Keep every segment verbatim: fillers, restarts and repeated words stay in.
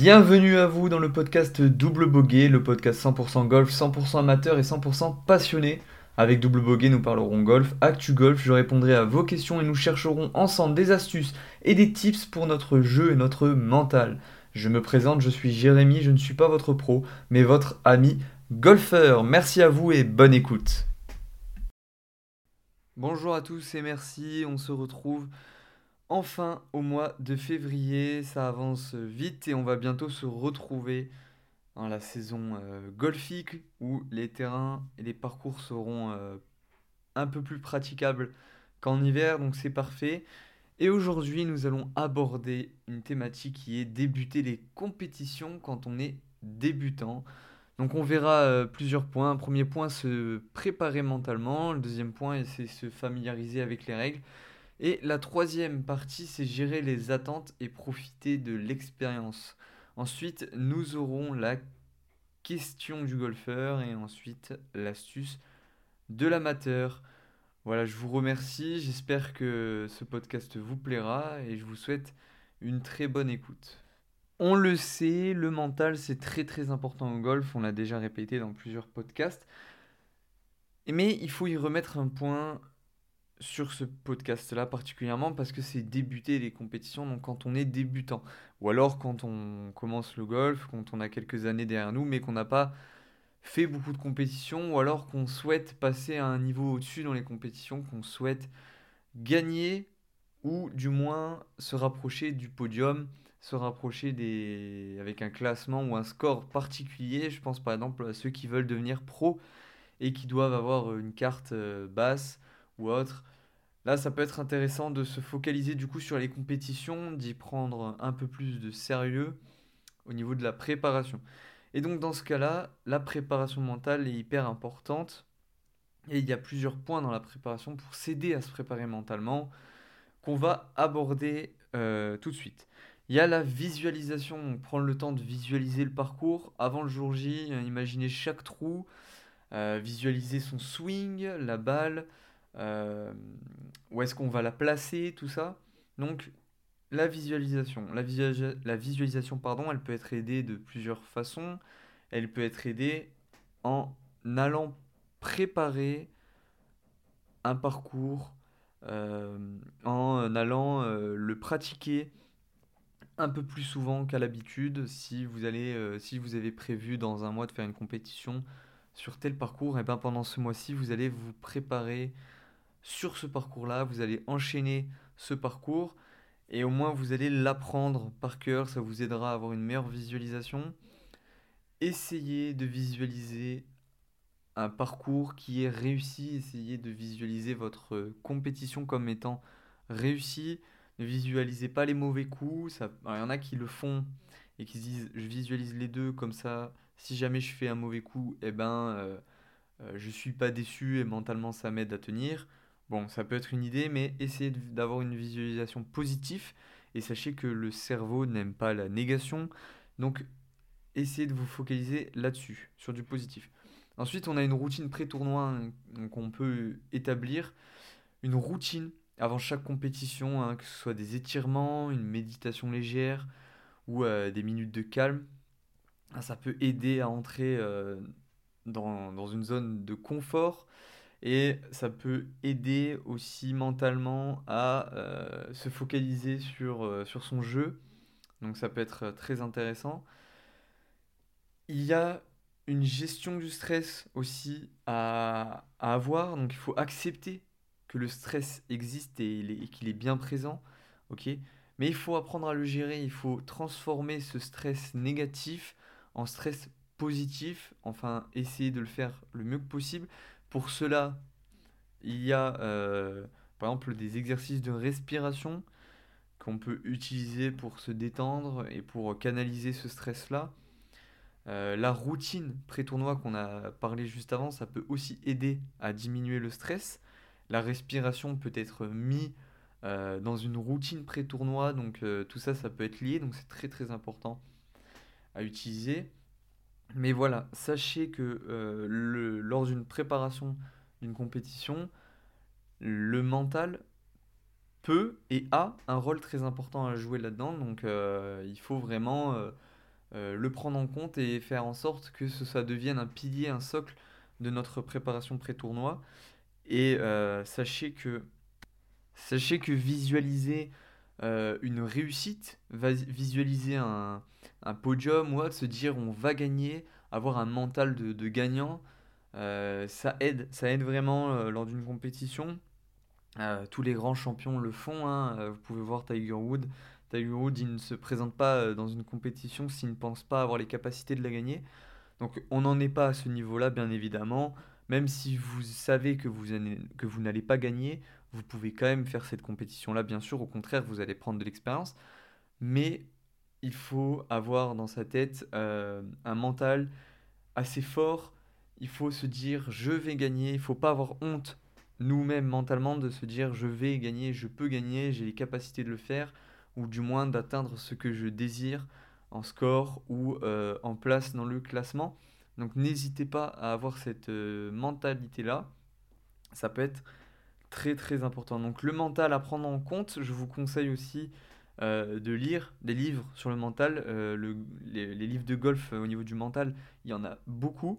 Bienvenue à vous dans le podcast Double Bogey, le podcast cent pour cent golf, cent pour cent amateur et cent pour cent passionné. Avec Double Bogey, nous parlerons golf, actu golf, je répondrai à vos questions et nous chercherons ensemble des astuces et des tips pour notre jeu et notre mental. Je me présente, je suis Jérémy, je ne suis pas votre pro, mais votre ami golfeur. Merci à vous et bonne écoute. Bonjour à tous et merci, on se retrouve enfin au mois de février, ça avance vite et on va bientôt se retrouver dans la saison euh, golfique où les terrains et les parcours seront euh, un peu plus praticables qu'en hiver, donc c'est parfait. Et aujourd'hui, nous allons aborder une thématique qui est débuter les compétitions quand on est débutant. Donc on verra euh, plusieurs points. Un premier point, se préparer mentalement. Le deuxième point, c'est se familiariser avec les règles. Et la troisième partie, c'est gérer les attentes et profiter de l'expérience. Ensuite, nous aurons la question du golfeur et ensuite l'astuce de l'amateur. Voilà, je vous remercie, j'espère que ce podcast vous plaira et je vous souhaite une très bonne écoute. On le sait, le mental c'est très très important au golf, on l'a déjà répété dans plusieurs podcasts, mais il faut y remettre un point sur ce podcast-là particulièrement parce que c'est débuter les compétitions, donc quand on est débutant, ou alors quand on commence le golf, quand on a quelques années derrière nous, mais qu'on n'a pas fait beaucoup de compétitions, ou alors qu'on souhaite passer à un niveau au-dessus dans les compétitions, qu'on souhaite gagner, ou du moins se rapprocher du podium, se rapprocher des... avec un classement ou un score particulier. Je pense par exemple à ceux qui veulent devenir pro et qui doivent avoir une carte euh, basse ou autre. Là, ça peut être intéressant de se focaliser du coup sur les compétitions, d'y prendre un peu plus de sérieux au niveau de la préparation. Et donc dans ce cas-là, la préparation mentale est hyper importante. Et il y a plusieurs points dans la préparation pour s'aider à se préparer mentalement qu'on va aborder euh, tout de suite. Il y a la visualisation, donc prendre le temps de visualiser le parcours avant le jour J, euh, imaginer chaque trou, euh, visualiser son swing, la balle, euh, où est-ce qu'on va la placer, tout ça. Donc la visualisation. La, visualis- la visualisation, pardon, elle peut être aidée de plusieurs façons. Elle peut être aidée en allant préparer un parcours, euh, en allant euh, le pratiquer un peu plus souvent qu'à l'habitude. Si vous allez, euh, si vous avez prévu dans un mois de faire une compétition sur tel parcours, et ben pendant ce mois-ci, vous allez vous préparer sur ce parcours-là. Vous allez enchaîner ce parcours et au moins vous allez l'apprendre par cœur. Ça vous aidera à avoir une meilleure visualisation. Essayez de visualiser un parcours qui est réussi. Essayez de visualiser votre euh, compétition comme étant réussie. Ne visualisez pas les mauvais coups. Ça, alors, il y en a qui le font et qui se disent je visualise les deux comme ça. Si jamais je fais un mauvais coup, eh ben, euh, euh, je suis pas déçu et mentalement ça m'aide à tenir. Bon, ça peut être une idée, mais essayez de- d'avoir une visualisation positive et sachez que le cerveau n'aime pas la négation. Donc, essayez de vous focaliser là-dessus, sur du positif. Ensuite, on a une routine pré-tournoi hein, qu'on peut établir. Une routine avant chaque compétition, hein, que ce soit des étirements, une méditation légère ou euh, des minutes de calme. Ah, ça peut aider à entrer euh, dans, dans une zone de confort et ça peut aider aussi mentalement à euh, se focaliser sur, euh, sur son jeu. Donc ça peut être euh, très intéressant. Il y a une gestion du stress aussi à, à avoir, donc il faut accepter que le stress existe et, il est- et qu'il est bien présent, ok? Mais il faut apprendre à le gérer, il faut transformer ce stress négatif en stress positif, enfin essayer de le faire le mieux que possible. Pour cela, il y a euh, par exemple des exercices de respiration qu'on peut utiliser pour se détendre et pour canaliser ce stress-là. Euh, la routine pré-tournoi qu'on a parlé juste avant, ça peut aussi aider à diminuer le stress. La respiration peut être mise euh, dans une routine pré-tournoi, donc euh, tout ça, ça peut être lié, donc c'est très très important à utiliser. Mais voilà, sachez que euh, le- lors d'une préparation d'une compétition, le mental peut et a un rôle très important à jouer là-dedans, donc euh, il faut vraiment euh, euh, le prendre en compte et faire en sorte que ce- ça devienne un pilier, un socle de notre préparation pré-tournoi. Et euh, sachez que, sachez que visualiser euh, une réussite, va- visualiser un, un podium ou autre, se dire on va gagner, avoir un mental de, de gagnant, euh, ça aide, ça aide vraiment euh, lors d'une compétition. Euh, tous les grands champions le font, hein. Euh, Vous pouvez voir Tiger Woods. Tiger Woods, il ne se présente pas euh, dans une compétition s'il ne pense pas avoir les capacités de la gagner. Donc on n'en est pas à ce niveau-là, bien évidemment. Même si vous savez que vous, allez- que vous n'allez pas gagner, vous pouvez quand même faire cette compétition-là, bien sûr. Au contraire, vous allez prendre de l'expérience. Mais il faut avoir dans sa tête euh, un mental assez fort. Il faut se dire je vais gagner. Il ne faut pas avoir honte nous-mêmes mentalement de se dire je vais gagner, je peux gagner, j'ai les capacités de le faire, ou du moins d'atteindre ce que je désire en score ou euh, en place dans le classement. Donc n'hésitez pas à avoir cette euh, mentalité-là. Ça peut être très très important. Donc le mental à prendre en compte, je vous conseille aussi euh, de lire des livres sur le mental. Euh, le- les, les livres de golf euh, au niveau du mental, il y en a beaucoup.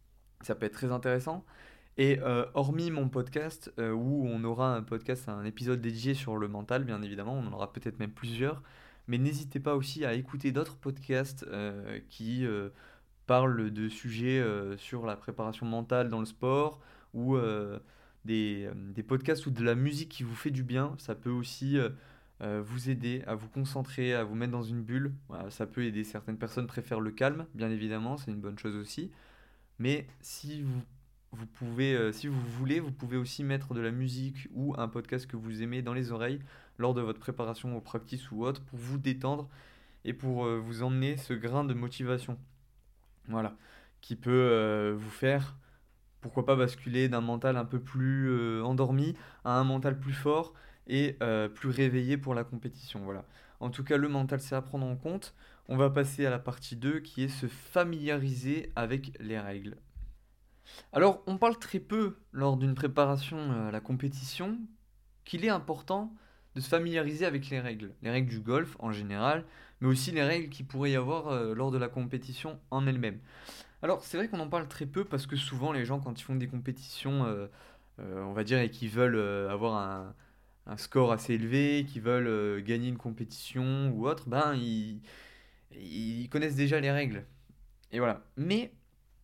Ça peut être très intéressant. Et euh, hormis mon podcast, euh, où on aura un podcast, un épisode dédié sur le mental, bien évidemment, on en aura peut-être même plusieurs. Mais n'hésitez pas aussi à écouter d'autres podcasts euh, qui euh, parlent de sujets euh, sur la préparation mentale dans le sport ou euh, des, euh, des podcasts ou de la musique qui vous fait du bien. Ça peut aussi euh, euh, vous aider à vous concentrer, à vous mettre dans une bulle. Voilà, ça peut aider. Certaines personnes préfèrent le calme, bien évidemment, c'est une bonne chose aussi. Mais si vous, vous pouvez, euh, si vous voulez, vous pouvez aussi mettre de la musique ou un podcast que vous aimez dans les oreilles lors de votre préparation au practice ou autre pour vous détendre et pour euh, vous emmener ce grain de motivation. Voilà. Qui peut euh, vous faire, pourquoi pas, basculer d'un mental un peu plus euh, endormi à un mental plus fort et euh, plus réveillé pour la compétition. Voilà. En tout cas, le mental, c'est à prendre en compte. On va passer à la partie deux qui est se familiariser avec les règles. Alors, on parle très peu lors d'une préparation euh, à la compétition qu'il est important de se familiariser avec les règles. Les règles du golf en général, mais aussi les règles qu'il pourrait y avoir euh, lors de la compétition en elle-même. Alors, c'est vrai qu'on en parle très peu parce que souvent les gens, quand ils font des compétitions, euh, euh, on va dire, et qu'ils veulent euh, avoir un, un score assez élevé, qu'ils veulent euh, gagner une compétition ou autre, ben, ils, ils connaissent déjà les règles. Et voilà. Mais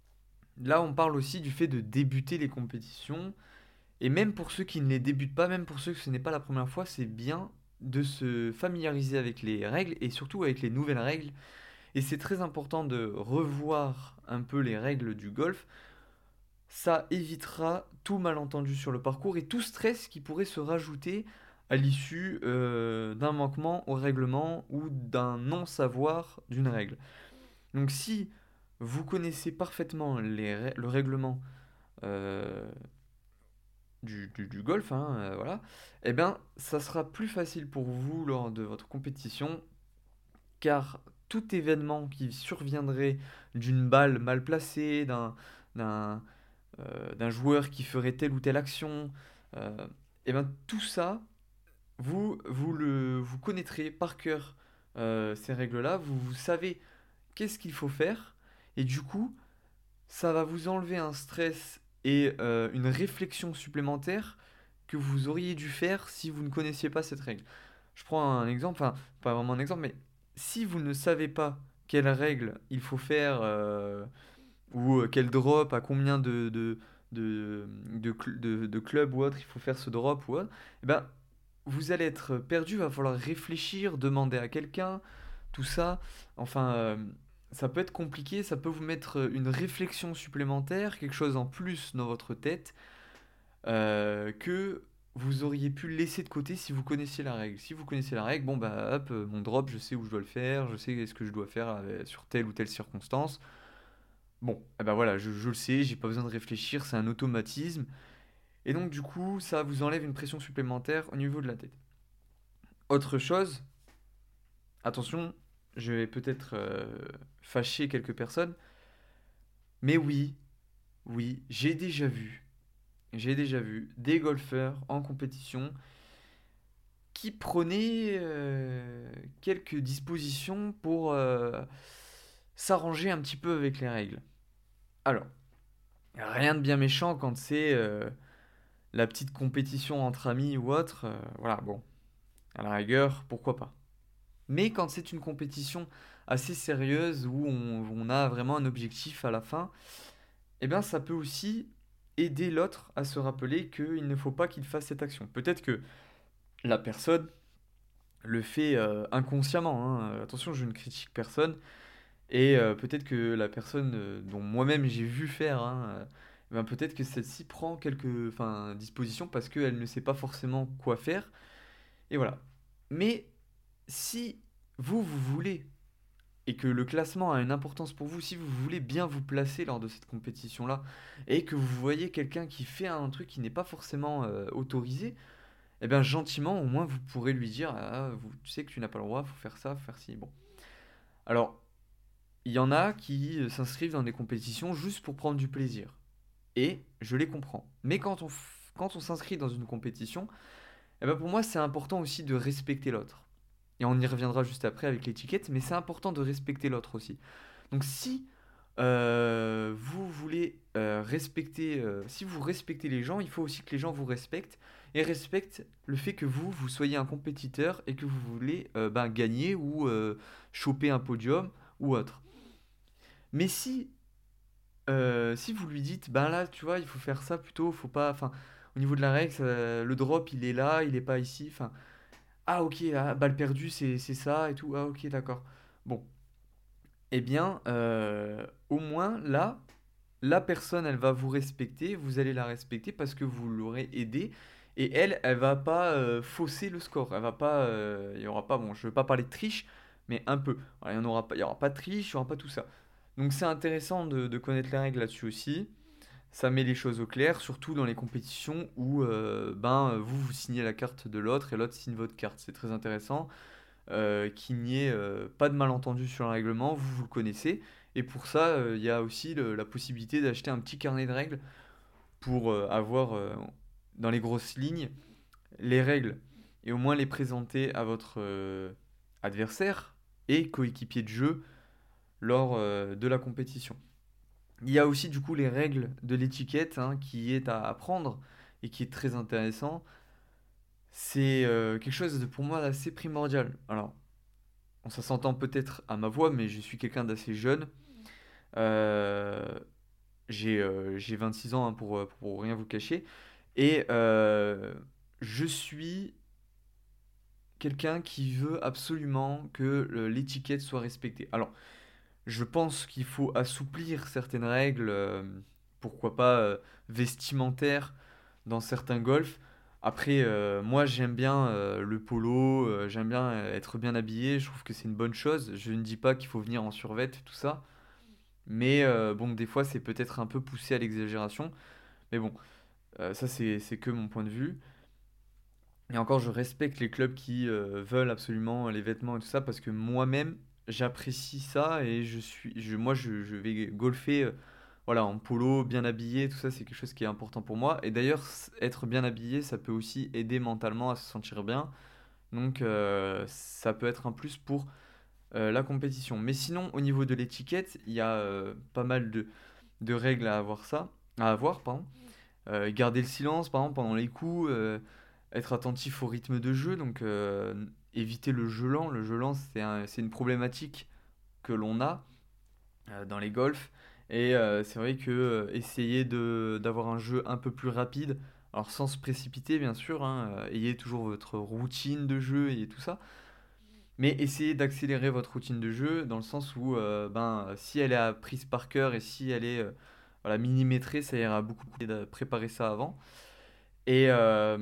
là, on parle aussi du fait de débuter les compétitions. Et même pour ceux qui ne les débutent pas, même pour ceux que ce n'est pas la première fois, c'est bien de se familiariser avec les règles et surtout avec les nouvelles règles. Et c'est très important de revoir un peu les règles du golf. Ça évitera tout malentendu sur le parcours et tout stress qui pourrait se rajouter à l'issue euh, d'un manquement au règlement ou d'un non-savoir d'une règle. Donc si vous connaissez parfaitement les rè- le règlement euh, du, du- du golf, hein, euh, voilà, eh bien, ça sera plus facile pour vous lors de votre compétition, car tout événement qui surviendrait d'une balle mal placée, d'un d'un euh, d'un joueur qui ferait telle ou telle action, euh, et bien tout ça, vous, vous, le, vous connaîtrez par cœur euh, ces règles-là, vous, vous savez qu'est-ce qu'il faut faire, et du coup, ça va vous enlever un stress et euh, une réflexion supplémentaire que vous auriez dû faire si vous ne connaissiez pas cette règle. Je prends un exemple, enfin, pas vraiment un exemple, mais si vous ne savez pas quelle règle il faut faire, euh, ou euh, quel drop, à combien de, de, de, de, cl- de- de clubs ou autre il faut faire ce drop ou autre, eh ben, vous allez être perdu, il va falloir réfléchir, demander à quelqu'un, tout ça. Enfin, euh, ça peut être compliqué, ça peut vous mettre une réflexion supplémentaire, quelque chose en plus dans votre tête, euh, que vous auriez pu laisser de côté si vous connaissiez la règle. Si vous connaissez la règle, bon bah hop, euh, mon drop, je sais où je dois le faire, je sais ce que je dois faire euh, sur telle ou telle circonstance. Bon, eh ben voilà, je, je le sais, j'ai pas besoin de réfléchir, c'est un automatisme. Et donc du coup, ça vous enlève une pression supplémentaire au niveau de la tête. Autre chose, attention, je vais peut-être euh, fâcher quelques personnes, mais oui, oui, j'ai déjà vu, j'ai déjà vu des golfeurs en compétition qui prenaient euh, quelques dispositions pour, euh, s'arranger un petit peu avec les règles. Alors, rien de bien méchant quand c'est euh, la petite compétition entre amis ou autre. Euh, voilà, bon, à la rigueur, pourquoi pas. Mais quand c'est une compétition assez sérieuse où on, on a vraiment un objectif à la fin, eh bien ça peut aussi aider l'autre à se rappeler qu'il ne faut pas qu'il fasse cette action. Peut-être que la personne le fait euh, inconsciemment, hein. Attention, je ne critique personne. Et euh, peut-être que la personne euh, dont moi-même j'ai vu faire, hein, euh, ben peut-être que celle-ci prend quelques enfin, dispositions parce qu'elle ne sait pas forcément quoi faire. Et voilà. Mais si vous, vous voulez, et que le classement a une importance pour vous, si vous voulez bien vous placer lors de cette compétition-là, et que vous voyez quelqu'un qui fait un truc qui n'est pas forcément euh, autorisé, eh bien gentiment, au moins vous pourrez lui dire, ah, vous, tu sais que tu n'as pas le droit, faut faire ça, faut faire ci. Bon. Alors, il y en a qui euh, s'inscrivent dans des compétitions juste pour prendre du plaisir. Et je les comprends. Mais quand on, f- quand on s'inscrit dans une compétition, eh ben pour moi, c'est important aussi de respecter l'autre. Et on y reviendra juste après avec l'étiquette, mais c'est important de respecter l'autre aussi. Donc si euh, vous voulez euh, respecter, euh, si vous respectez les gens, il faut aussi que les gens vous respectent et respectent le fait que vous, vous soyez un compétiteur et que vous voulez euh, ben, gagner ou euh, choper un podium ou autre. Mais si, euh, si vous lui dites, ben là, tu vois, il faut faire ça plutôt, faut pas, enfin, au niveau de la règle, ça- le drop, il est là, il est pas ici, enfin, ah ok, ah, balle perdue, c'est c'est ça et tout, ah ok, d'accord. Bon, eh bien, euh, au moins là, la personne, elle va vous respecter, vous allez la respecter parce que vous l'aurez aidée. Et elle, elle va pas euh, fausser le score. Elle va pas, euh, il y aura pas, bon, je veux pas parler de triche, mais un peu. Voilà, il y en aura pas, il y aura pas de triche, il y aura pas tout ça. Donc c'est intéressant de, de connaître les règles là-dessus aussi. Ça met les choses au clair, surtout dans les compétitions où euh, ben, vous, vous signez la carte de l'autre et l'autre signe votre carte. C'est très intéressant euh, qu'il n'y ait euh, pas de malentendu sur le règlement, vous, vous le connaissez. Et pour ça, euh, il y a aussi le- la possibilité d'acheter un petit carnet de règles pour euh, avoir euh, dans les grosses lignes les règles et au moins les présenter à votre euh, adversaire et coéquipier de jeu lors euh, de la compétition. Il y a aussi du coup les règles de l'étiquette hein, qui est à apprendre et qui est très intéressant. C'est euh, quelque chose de pour moi d'assez primordial. Alors, bon, ça s'entend peut-être à ma voix, mais je suis quelqu'un d'assez jeune. Euh, j'ai euh, j'ai vingt-six ans hein, pour, euh, pour rien vous cacher. Et euh, je suis quelqu'un qui veut absolument que le- l'étiquette soit respectée. Alors, je pense qu'il faut assouplir certaines règles, euh, pourquoi pas euh, vestimentaires dans certains golfs. Après, euh, moi j'aime bien euh, le polo, euh, j'aime bien euh, être bien habillé, je trouve que c'est une bonne chose. Je ne dis pas qu'il faut venir en survêt, tout ça. Mais euh, bon, des fois c'est peut-être un peu poussé à l'exagération. Mais bon, euh, ça c'est c'est que mon point de vue. Et encore, je respecte les clubs qui euh, veulent absolument les vêtements et tout ça parce que moi-même j'apprécie ça et je suis, je, moi je, je vais golfer euh, voilà, en polo, bien habillé, tout ça c'est quelque chose qui est important pour moi. Et d'ailleurs, s- être bien habillé, ça peut aussi aider mentalement à se sentir bien. Donc euh, ça peut être un plus pour euh, la compétition. Mais sinon, au niveau de l'étiquette, il y a euh, pas mal de, de règles à avoir ça, à avoir, pardon. Euh, garder le silence, par exemple, pendant les coups, euh, être attentif au rythme de jeu, donc euh, éviter le jeu lent. Le jeu lent, c'est un- c'est une problématique que l'on a euh, dans les golfs. Et euh, c'est vrai que euh, essayer de, d'avoir un jeu un peu plus rapide, alors sans se précipiter, bien sûr, hein, euh, ayez toujours votre routine de jeu et tout ça, mais essayez d'accélérer votre routine de jeu dans le sens où, euh, ben, si elle est apprise par cœur et si elle est euh, voilà, millimétrée, ça ira beaucoup de préparer ça avant. Et euh,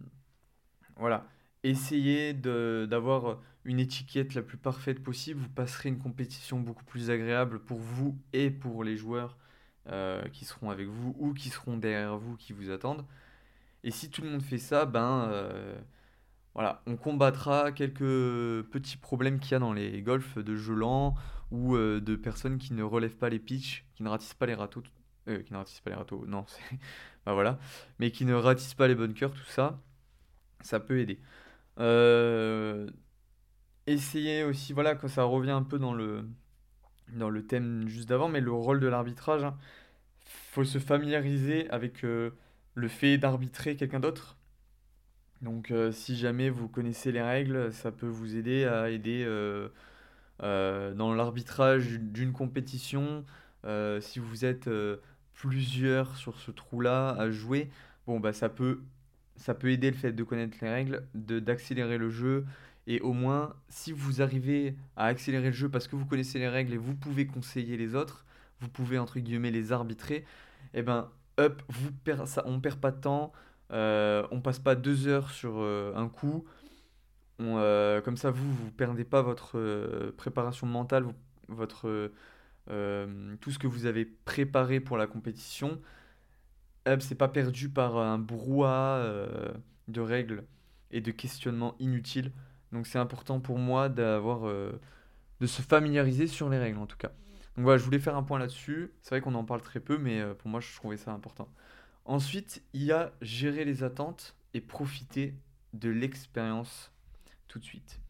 voilà, essayez de, d'avoir une étiquette la plus parfaite possible. Vous passerez une compétition beaucoup plus agréable pour vous et pour les joueurs euh, qui seront avec vous ou qui seront derrière vous, qui vous attendent. Et si tout le monde fait ça, ben euh, voilà, on combattra quelques petits problèmes qu'il y a dans les golfs de jeu lent ou euh, de personnes qui ne relèvent pas les pitchs, qui ne ratissent pas les râteaux, euh, qui ne ratissent pas les râteaux, non, c'est, bah voilà, mais qui ne ratissent pas les bunkers, tout ça, ça peut aider. Euh, Essayez aussi, voilà, quand ça revient un peu dans le, dans le thème juste d'avant, mais le rôle de l'arbitrage, hein. Faut se familiariser avec euh, le fait d'arbitrer quelqu'un d'autre. Donc, euh, si jamais vous connaissez les règles, ça peut vous aider à aider euh, euh, dans l'arbitrage d'une compétition. Euh, si vous êtes euh, plusieurs sur ce trou-là à jouer, bon, bah, ça peut, ça peut aider le fait de connaître les règles, de, d'accélérer le jeu. Et au moins, si vous arrivez à accélérer le jeu parce que vous connaissez les règles et vous pouvez conseiller les autres, vous pouvez entre guillemets les arbitrer, et ben, hop, vous per- ça, on perd pas de temps, euh, on passe pas deux heures sur euh, un coup. On, euh, comme ça, vous, vous perdez pas votre euh, préparation mentale, vous- votre, euh, euh, tout ce que vous avez préparé pour la compétition. Hop, c'est pas perdu par un brouhaha euh, de règles et de questionnements inutiles. Donc c'est important pour moi d'avoir, euh, de se familiariser sur les règles en tout cas. Donc voilà, je voulais faire un point là-dessus. C'est vrai qu'on en parle très peu, mais euh, pour moi, je trouvais ça important. Ensuite, il y a gérer les attentes et profiter de l'expérience tout de suite.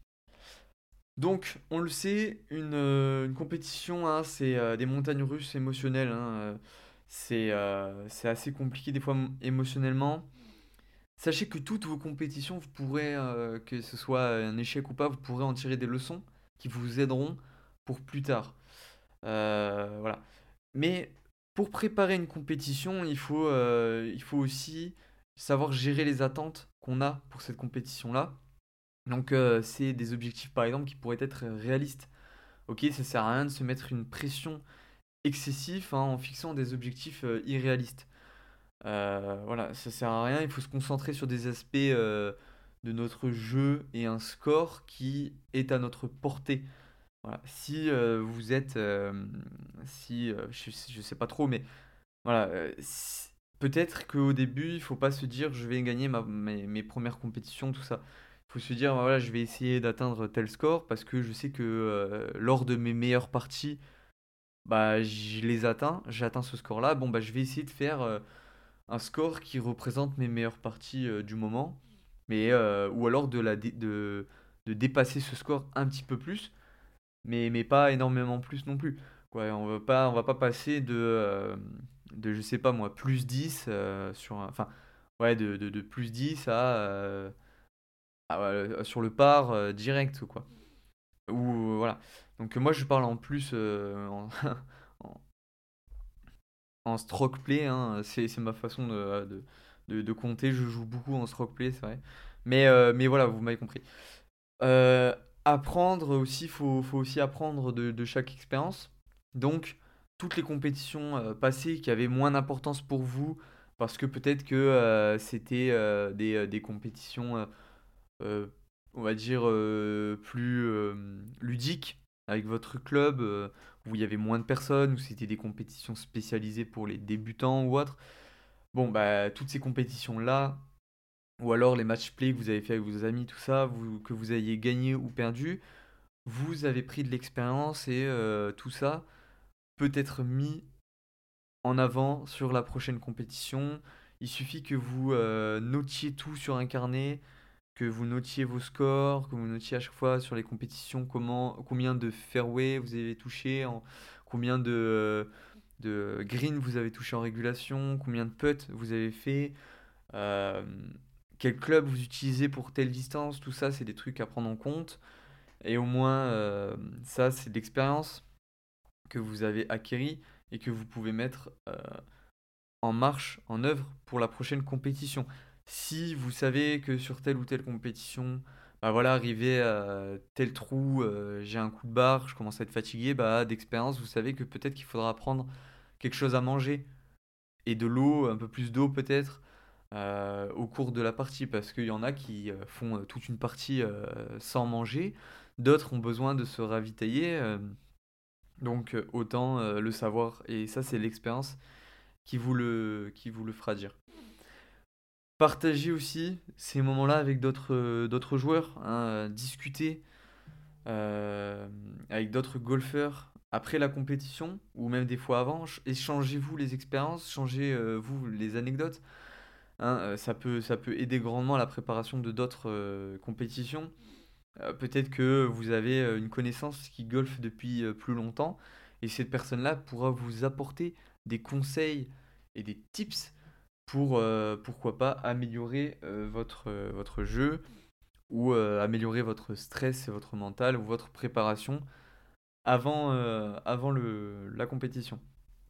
Donc, on le sait, une, euh, une compétition, hein, c'est euh, des montagnes russes émotionnelles, hein, euh, c'est euh, c'est assez compliqué des fois m- émotionnellement. Sachez que toutes vos compétitions, vous pourrez, euh, que ce soit un échec ou pas, vous pourrez en tirer des leçons qui vous aideront pour plus tard. Euh, voilà. Mais pour préparer une compétition, il faut, euh, il faut aussi savoir gérer les attentes qu'on a pour cette compétition-là. Donc, euh, c'est des objectifs, par exemple, qui pourraient être réalistes. Ok, ça sert à rien de se mettre une pression excessive, hein, en fixant des objectifs euh, irréalistes. Euh, voilà, ça sert à rien. Il faut se concentrer sur des aspects euh, de notre jeu et un score qui est à notre portée. Voilà. Si euh, vous êtes, euh, si euh, je, je sais pas trop, mais voilà, euh, si- peut-être qu'au début, il faut pas se dire je vais gagner ma- mes, mes premières compétitions, tout ça. Il faut se dire voilà, je vais essayer d'atteindre tel score parce que je sais que euh, lors de mes meilleures parties, bah, je les atteins, j'atteins ce score-là. Bon, bah, je vais essayer de faire euh, un score qui représente mes meilleures parties euh, du moment, mais euh, ou alors de la dé- de, de dépasser ce score un petit peu plus, mais, mais pas énormément plus non plus. Quoi, on va pas, on va pas passer de, euh, de je sais pas moi, plus dix euh, sur un- enfin, ouais, de, de, de plus dix à, euh, à, ouais, sur le par euh, direct, quoi. Ou euh, voilà. Donc euh, moi je parle en plus euh, en, en, en stroke play, hein, c'est c'est ma façon de, de, de- de compter. Je joue beaucoup en stroke play, c'est vrai. Mais, euh, mais voilà, vous m'avez compris. Euh, apprendre aussi, faut, faut aussi apprendre de, de chaque expérience. Donc, toutes les compétitions euh, passées qui avaient moins d'importance pour vous, parce que peut-être que euh, c'était euh, des, euh, des compétitions, euh, euh, on va dire, euh, plus euh, ludiques avec votre club, euh, où il y avait moins de personnes, où c'était des compétitions spécialisées pour les débutants ou autres. Bon, bah, toutes ces compétitions-là, ou alors les match play que vous avez fait avec vos amis, tout ça, vous, que vous ayez gagné ou perdu, vous avez pris de l'expérience et euh, tout ça peut être mis en avant sur la prochaine compétition. Il suffit que vous euh, notiez tout sur un carnet, que vous notiez vos scores, que vous notiez à chaque fois sur les compétitions comment, combien de fairway vous avez touché, en, combien de, euh, de green vous avez touché en régulation, combien de putts vous avez fait, euh, quel club vous utilisez pour telle distance, tout ça c'est des trucs à prendre en compte. Et au moins, euh, ça c'est de l'expérience que vous avez acquérie et que vous pouvez mettre euh, en marche, en œuvre pour la prochaine compétition. Si vous savez que sur telle ou telle compétition, bah voilà, arrivé à tel trou, euh, j'ai un coup de barre, je commence à être fatigué, bah d'expérience, vous savez que peut-être qu'il faudra prendre quelque chose à manger et de l'eau, un peu plus d'eau peut-être, euh, au cours de la partie, parce qu'il y en a qui euh, font euh, toute une partie euh, sans manger, d'autres ont besoin de se ravitailler, euh, donc euh, autant euh, le savoir, et ça c'est l'expérience qui vous le, qui vous le fera dire. Partagez aussi ces moments-là avec d'autres euh, d'autres joueurs, hein, euh, discutez euh, avec d'autres golfeurs après la compétition, ou même des fois avant, ch- échangez-vous les expériences, changez-vous les anecdotes. Hein, euh, ça peut, ça peut aider grandement à la préparation de d'autres euh, compétitions. Euh, peut-être que vous avez euh, une connaissance qui golfe depuis euh, plus longtemps Et cette personne-là pourra vous apporter des conseils et des tips pour, euh, pourquoi pas, améliorer euh, votre, euh, votre jeu ou euh, améliorer votre stress et votre mental ou votre préparation avant, euh, avant le, la compétition.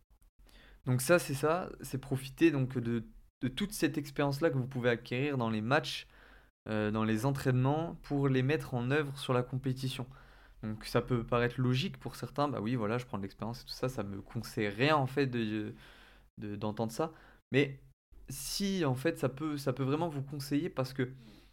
Donc ça, c'est ça, c'est profiter donc de, de toute cette expérience-là que vous pouvez acquérir dans les matchs, euh, dans les entraînements, pour les mettre en œuvre sur la compétition. Donc ça peut paraître logique pour certains, bah oui, voilà, je prends de l'expérience et tout ça, ça me conseille rien en fait de, de- d'entendre ça. Mais si en fait ça peut, ça peut vraiment vous conseiller parce que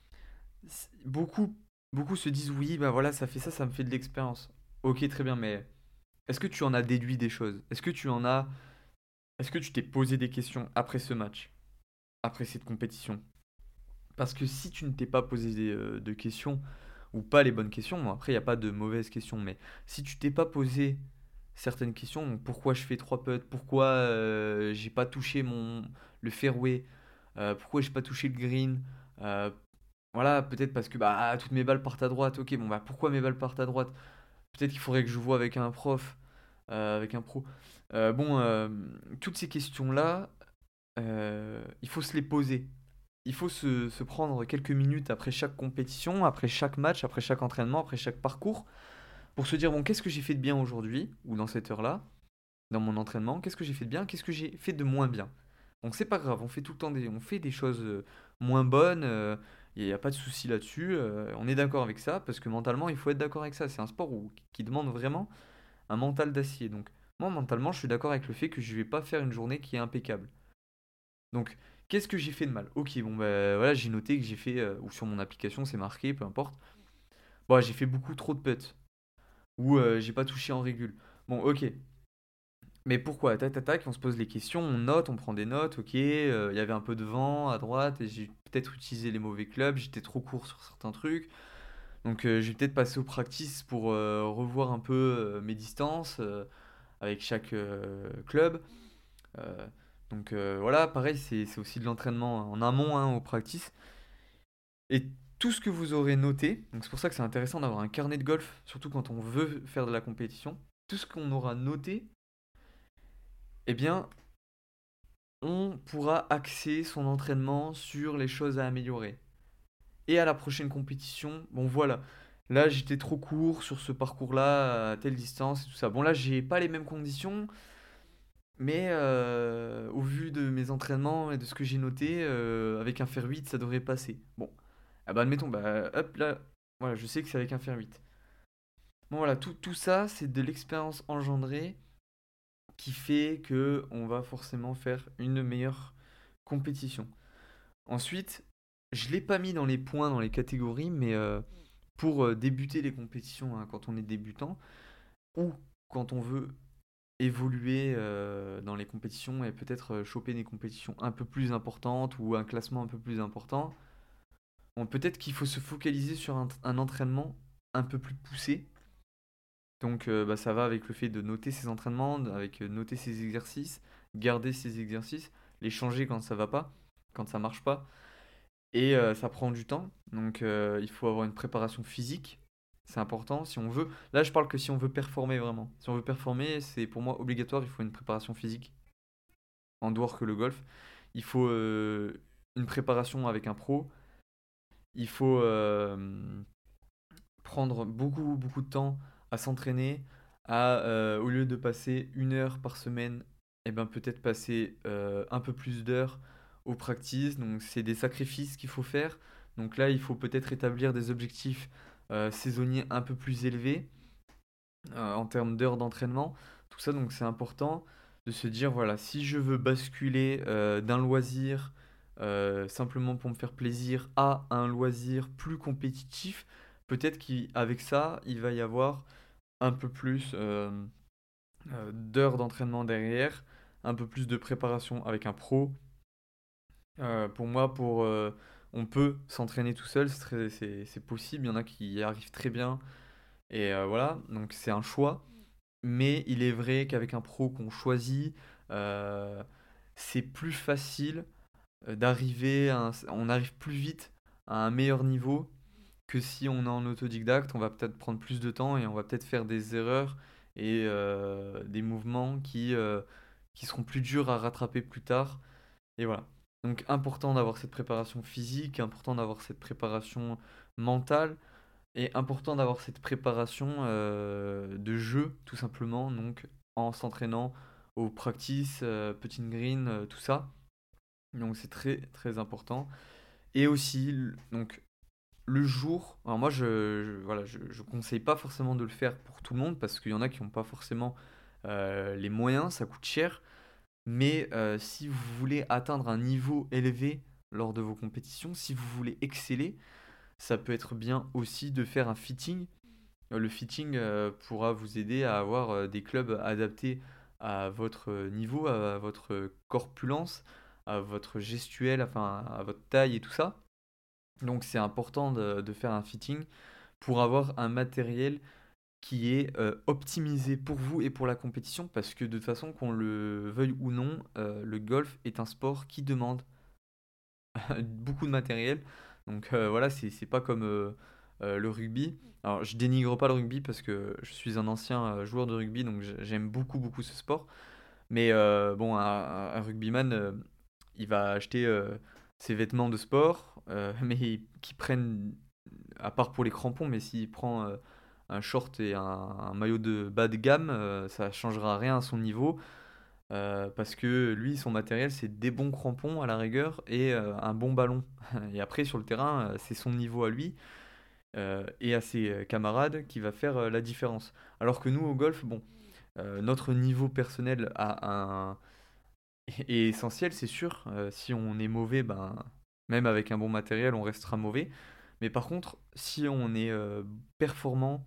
s- beaucoup, beaucoup se disent oui, bah voilà, ça fait ça, ça me fait de l'expérience. Ok, très bien, mais est-ce que tu en as déduit des choses? Est-ce que tu en as, est-ce que tu t'es posé des questions après ce match, après cette compétition? Parce que si tu ne t'es pas posé des, euh, de questions, ou pas les bonnes questions, bon, après il n'y a pas de mauvaises questions, mais si tu t'es pas posé certaines questions, donc pourquoi je fais trois putts, pourquoi euh, j'ai pas touché mon, le fairway, euh, pourquoi j'ai pas touché le green, euh, voilà, peut-être parce que bah, toutes mes balles partent à droite, ok, bon bah pourquoi mes balles partent à droite? Peut-être qu'il faudrait que je vois avec un prof, euh, avec un pro. Euh, bon, euh, toutes ces questions-là, euh, il faut se les poser. Il faut se, se prendre quelques minutes après chaque compétition, après chaque match, après chaque entraînement, après chaque parcours, pour se dire, bon, qu'est-ce que j'ai fait de bien aujourd'hui, ou dans cette heure-là, dans mon entraînement, qu'est-ce que j'ai fait de bien, qu'est-ce que j'ai fait de moins bien. Donc c'est pas grave, on fait tout le temps des, on fait des choses euh, moins bonnes, il n'y a pas de souci là-dessus, euh, on est d'accord avec ça, parce que mentalement, il faut être d'accord avec ça. C'est un sport où- qui demande vraiment un mental d'acier. Donc moi, mentalement, je suis d'accord avec le fait que je vais pas faire une journée qui est impeccable. Donc, qu'est-ce que j'ai fait de mal? Ok, bon, bah voilà, j'ai noté que j'ai fait, euh, ou sur mon application, c'est marqué, peu importe. Bon, j'ai fait beaucoup trop de putts, ou euh, j'ai pas touché en régule. Bon, ok, mais pourquoi? Tac, tac, tac, on se pose les questions, on note, on prend des notes, ok, euh, il y avait un peu de vent à droite, et j'ai peut-être utilisé les mauvais clubs, j'étais trop court sur certains trucs. Donc, euh, je vais peut-être passer au practice pour euh, revoir un peu euh, mes distances euh, avec chaque euh, club. Euh, donc euh, voilà, pareil, c'est c'est aussi de l'entraînement en amont hein, au practice. Et tout ce que vous aurez noté, donc c'est pour ça que c'est intéressant d'avoir un carnet de golf, surtout quand on veut faire de la compétition, tout ce qu'on aura noté, eh bien, on pourra axer son entraînement sur les choses à améliorer. Et à la prochaine compétition, bon voilà, là j'étais trop court sur ce parcours-là, à telle distance et tout ça. Bon là, j'ai pas les mêmes conditions, mais euh, au vu de mes entraînements et de ce que j'ai noté, euh, avec un fer huit, ça devrait passer. Bon, ah bah admettons, bah hop là, voilà, je sais que c'est avec un fer huit. Bon voilà, tout, tout ça, c'est de l'expérience engendrée qui fait que on va forcément faire une meilleure compétition. Ensuite, je l'ai pas mis dans les points, dans les catégories, mais euh, pour euh, débuter les compétitions hein, quand on est débutant, ou quand on veut évoluer euh, dans les compétitions et peut-être euh, choper des compétitions un peu plus importantes ou un classement un peu plus important, bon, peut-être qu'il faut se focaliser sur un, un entraînement un peu plus poussé. Donc euh, bah, ça va avec le fait de noter ses entraînements, avec euh, noter ses exercices, garder ses exercices, les changer quand ça va pas, quand ça marche pas. Et euh, ça prend du temps. Donc euh, il faut avoir une préparation physique. C'est important si on veut. Là, je parle que si on veut performer vraiment. Si on veut performer, c'est pour moi obligatoire, il faut une préparation physique en dehors que le golf. Il faut euh, une préparation avec un pro. Il faut euh, prendre beaucoup, beaucoup de temps à s'entraîner, à, euh, au lieu de passer une heure par semaine, et ben peut-être passer euh, un peu plus d'heures au practice. Donc c'est des sacrifices qu'il faut faire. Donc là, il faut peut-être établir des objectifs euh, saisonniers un peu plus élevés euh, en termes d'heures d'entraînement. Tout ça, donc c'est important de se dire, voilà, si je veux basculer euh, d'un loisir euh, simplement pour me faire plaisir à un loisir plus compétitif, peut-être qu'avec ça, il va y avoir un peu plus euh, euh, d'heures d'entraînement derrière, un peu plus de préparation avec un pro. Euh, pour moi, pour, euh, on peut s'entraîner tout seul, c'est très- c'est- c'est possible, il y en a qui y arrivent très bien, et euh, voilà, donc c'est un choix. Mais il est vrai qu'avec un pro qu'on choisit, euh, c'est plus facile euh, d'arriver, à un- on arrive plus vite à un meilleur niveau que si on est en autodidacte, on va peut-être prendre plus de temps et on va peut-être faire des erreurs et euh, des mouvements qui, euh, qui seront plus durs à rattraper plus tard. Et voilà. Donc important d'avoir cette préparation physique, important d'avoir cette préparation mentale, et important d'avoir cette préparation euh, de jeu, tout simplement, donc en s'entraînant au practice, euh, putting green, euh, tout ça. Donc c'est très très important. Et aussi, l- donc le jour, alors moi je, je- voilà, je, je conseille pas forcément de le faire pour tout le monde parce qu'il y en a qui n'ont pas forcément euh, les moyens, ça coûte cher. Mais euh, si vous voulez atteindre un niveau élevé lors de vos compétitions, si vous voulez exceller, ça peut être bien aussi de faire un fitting. Euh, Le fitting euh, pourra vous aider à avoir euh, des clubs adaptés à votre euh, niveau, à votre corpulence, à votre gestuelle, enfin à votre taille et tout ça. Donc c'est important de, de faire un fitting pour avoir un matériel qui est euh, optimisé pour vous et pour la compétition parce que de toute façon, qu'on le veuille ou non, euh, le golf est un sport qui demande beaucoup de matériel. Donc euh, voilà, c'est c'est pas comme euh, euh, le rugby. Alors je dénigre pas le rugby parce que je suis un ancien euh, joueur de rugby, donc j'ai- j'aime beaucoup beaucoup ce sport. Mais euh, bon, un, un- un rugbyman, euh, il va acheter euh, ses vêtements de sport, euh, mais qui prennent, à part pour les crampons, mais s'il prend euh, un short et un, un maillot de bas de gamme, euh, ça changera rien à son niveau. Euh, parce que lui, son matériel, c'est des bons crampons à la rigueur et euh, un bon ballon. Et après, sur le terrain, euh, c'est son niveau à lui euh, et à ses euh, camarades qui va faire euh, la différence. Alors que nous, au golf, bon, euh, notre niveau personnel a un... est essentiel, c'est sûr. Euh, si on est mauvais, ben, même avec un bon matériel, on restera mauvais. Mais par contre, si on est euh, performant,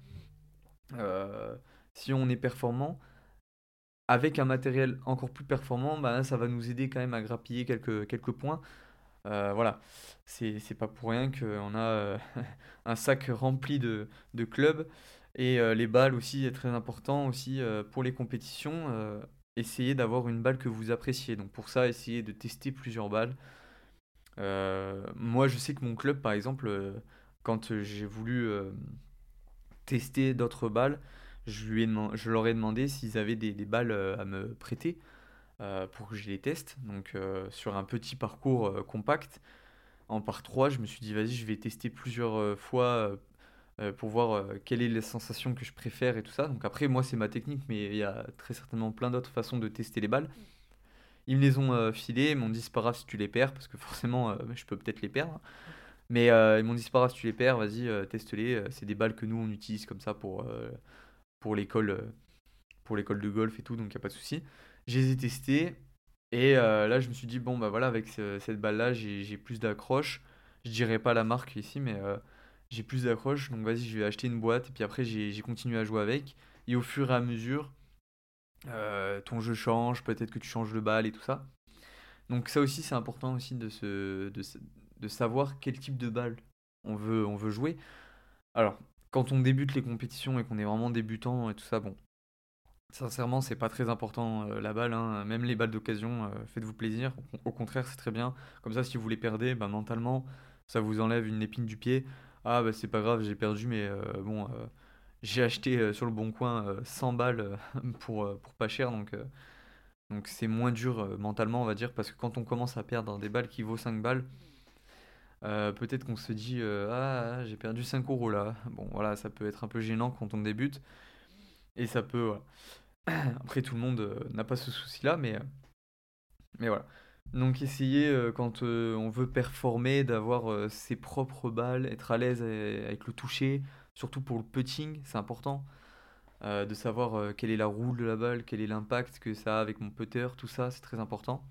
euh, si on est performant, avec un matériel encore plus performant, bah là, ça va nous aider quand même à grappiller quelques, quelques points. Euh, voilà, c'est c'est pas pour rien qu'on a euh, un sac rempli de, de clubs. Et euh, les balles aussi est très important aussi euh, pour les compétitions. Euh, essayez d'avoir une balle que vous appréciez. Donc pour ça, essayez de tester plusieurs balles. Euh, moi, je sais que mon club, par exemple, euh, quand euh, j'ai voulu euh, tester d'autres balles, je, lui ai deman- je leur ai demandé s'ils avaient des, des balles euh, à me prêter euh, pour que je les teste. Donc euh, sur un petit parcours euh, compact, en par trois, je me suis dit vas-y, je vais tester plusieurs euh, fois euh, euh, pour voir euh, quelle est la sensation que je préfère et tout ça. Donc après, moi c'est ma technique, mais il y a très certainement plein d'autres façons de tester les balles. Ils me les ont euh, filées, ils m'ont dit c'est pas grave si tu les perds, parce que forcément euh, je peux peut-être les perdre. Mais euh, ils m'ont dit c'est pas grave si tu les perds, vas-y, euh, teste-les. Euh, C'est des balles que nous on utilise comme ça pour, euh, pour l'école euh, pour l'école de golf et tout, donc il n'y a pas de souci. Je les ai testés et euh, là je me suis dit, bon bah voilà, avec ce- cette balle-là, j'ai j'ai plus d'accroche. Je dirais pas la marque ici, mais euh, j'ai plus d'accroche, donc vas-y, je vais acheter une boîte et puis après j'ai j'ai continué à jouer avec. Et au fur et à mesure, euh, ton jeu change, peut-être que tu changes de balle et tout ça. Donc ça aussi c'est important aussi de, se, de, se- de savoir quel type de balle on veut, on veut jouer. Alors, quand on débute les compétitions et qu'on est vraiment débutant et tout ça, bon, sincèrement, c'est pas très important euh, la balle, hein. Même les balles d'occasion, euh, faites-vous plaisir. Au au contraire, c'est très bien. Comme ça, si vous les perdez, bah, mentalement, ça vous enlève une épine du pied. Ah, bah c'est pas grave, j'ai perdu, mais euh, bon, euh, j'ai acheté euh, sur le bon coin euh, cent balles euh, pour, euh, pour pas cher, donc euh, donc c'est moins dur euh, mentalement, on va dire, parce que quand on commence à perdre des balles qui vaut cinq balles, euh, peut-être qu'on se dit euh, ah, j'ai perdu cinq euros là. Bon, voilà, ça peut être un peu gênant quand on débute, et ça peut, voilà. Après, tout le monde euh, n'a pas ce souci-là, mais, euh, mais voilà. Donc, essayer, euh, quand euh, on veut performer, d'avoir euh, ses propres balles, être à l'aise euh, avec le toucher, surtout pour le putting, c'est important. Euh, de savoir euh, quelle est la roule de la balle, quel est l'impact que ça a avec mon putter, tout ça, c'est très important.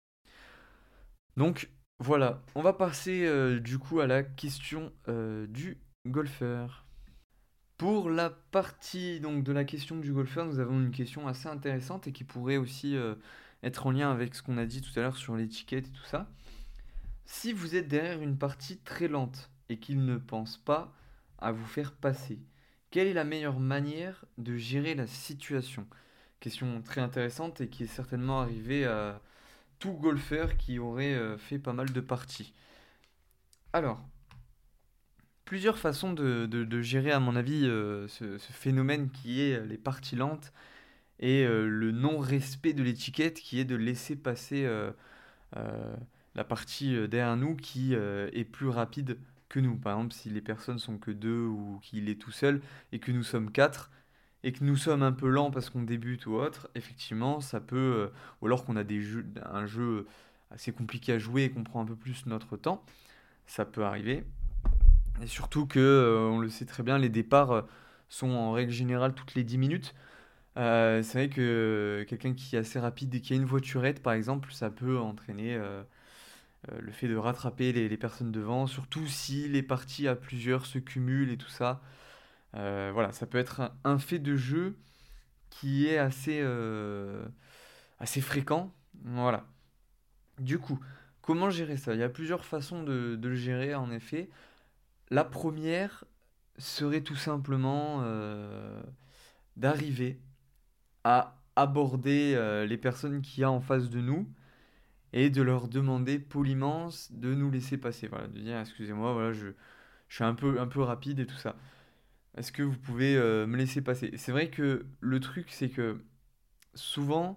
Donc, voilà. On va passer euh, du coup à la question euh, du golfeur. Pour la partie donc de la question du golfeur, nous avons une question assez intéressante et qui pourrait aussi euh, être en lien avec ce qu'on a dit tout à l'heure sur l'étiquette et tout ça. Si vous êtes derrière une partie très lente et qu'il ne pense pas à vous faire passer, quelle est la meilleure manière de gérer la situation? Question très intéressante et qui est certainement arrivée à tout golfeur qui aurait euh, fait pas mal de parties. Alors, plusieurs façons de, de- de gérer, à mon avis, euh, ce, ce phénomène qui est euh, les parties lentes et euh, le non-respect de l'étiquette qui est de laisser passer euh, euh, la partie euh, derrière nous qui euh, est plus rapide que nous. Par exemple, si les personnes sont que deux ou qu'il est tout seul et que nous sommes quatre et que nous sommes un peu lents parce qu'on débute ou autre, effectivement, ça peut... euh, ou alors qu'on a des jeux, un jeu assez compliqué à jouer et qu'on prend un peu plus notre temps, ça peut arriver. Et surtout que, euh, on le sait très bien, les départs euh, sont en règle générale toutes les dix minutes. Euh, c'est vrai que quelqu'un qui est assez rapide et qui a une voiturette, par exemple, ça peut entraîner euh, euh, le fait de rattraper les, les personnes devant, surtout si les parties à plusieurs se cumulent et tout ça. Euh, voilà, ça peut être un, un fait de jeu qui est assez, euh, assez fréquent. Voilà. Du coup, comment gérer ça? Il y a plusieurs façons de, de le gérer, en effet. La première serait tout simplement euh, d'arriver à aborder euh, les personnes qu'il y a en face de nous et de leur demander poliment de nous laisser passer. Voilà, de dire excusez-moi, voilà, je, je suis un peu, un peu rapide et tout ça. Est-ce que vous pouvez euh, me laisser passer? C'est vrai que le truc, c'est que souvent,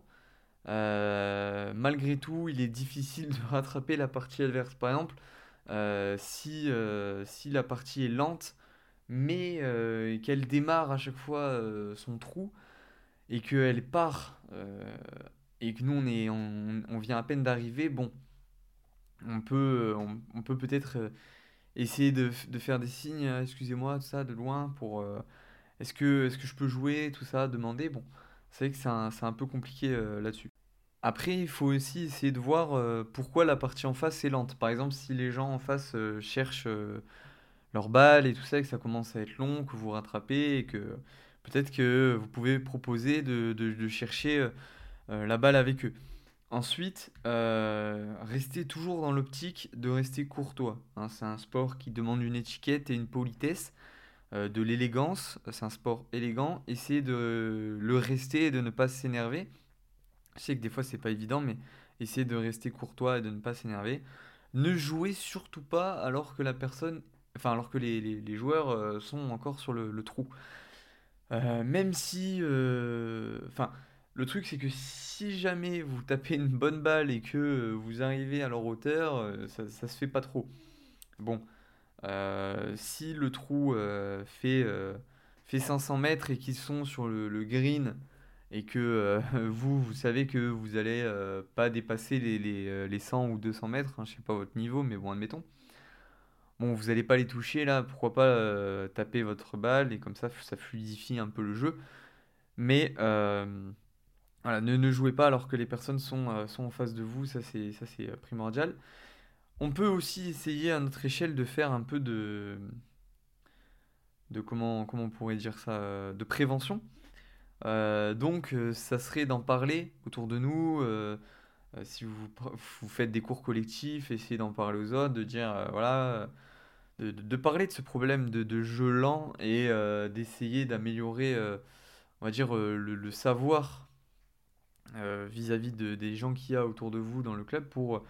euh, malgré tout, il est difficile de rattraper la partie adverse. Par exemple, euh, si, euh, si la partie est lente, mais euh, qu'elle démarre à chaque fois euh, son trou, et qu'elle part, euh, et que nous on, est, on, on vient à peine d'arriver, bon, on peut, on, on peut peut-être euh, essayer de, f- de faire des signes, euh, excusez-moi, tout ça, de loin, pour euh, est-ce que, est-ce que je peux jouer, tout ça, demander, bon, c'est vrai que c'est un, c'est un peu compliqué euh, là-dessus. Après, il faut aussi essayer de voir euh, pourquoi la partie en face est lente. Par exemple, si les gens en face euh, cherchent euh, leur balle et tout ça, et que ça commence à être long, que vous rattrapez, et que peut-être que vous pouvez proposer de, de- de chercher euh, euh, la balle avec eux. Ensuite, euh, restez toujours dans l'optique de rester courtois, hein. C'est un sport qui demande une étiquette et une politesse, euh, de l'élégance. C'est un sport élégant. Essayez de le rester et de ne pas s'énerver. Je sais que des fois c'est pas évident, mais essayez de rester courtois et de ne pas s'énerver. Ne jouez surtout pas alors que la personne, enfin alors que les, les- les joueurs euh, sont encore sur le, le trou. Euh, même si, euh, enfin, le truc c'est que si jamais vous tapez une bonne balle et que euh, vous arrivez à leur hauteur, euh, ça, ça se fait pas trop. Bon, euh, si le trou euh, fait, euh, fait cinq cents mètres et qu'ils sont sur le, le green et que euh, vous, vous savez que vous allez euh, pas dépasser les, les, euh, les cent ou deux cents mètres, hein, je sais pas votre niveau, mais bon, admettons. Bon, vous allez pas les toucher là, pourquoi pas euh, taper votre balle et comme ça, ça fluidifie un peu le jeu. Mais euh, voilà, ne, ne jouez pas alors que les personnes sont, euh, sont en face de vous, ça c'est ça c'est euh, primordial. On peut aussi essayer à notre échelle de faire un peu de, de comment, comment on pourrait dire ça, euh, de prévention. Euh, donc, euh, ça serait d'en parler autour de nous. Euh, euh, si vous, vous faites des cours collectifs, essayez d'en parler aux autres, de dire, euh, voilà, euh, de, de- de parler de ce problème de, de jeu lent et euh, d'essayer d'améliorer, euh, on va dire, euh, le, le savoir euh, vis-à-vis de, des gens qu'il y a autour de vous dans le club pour,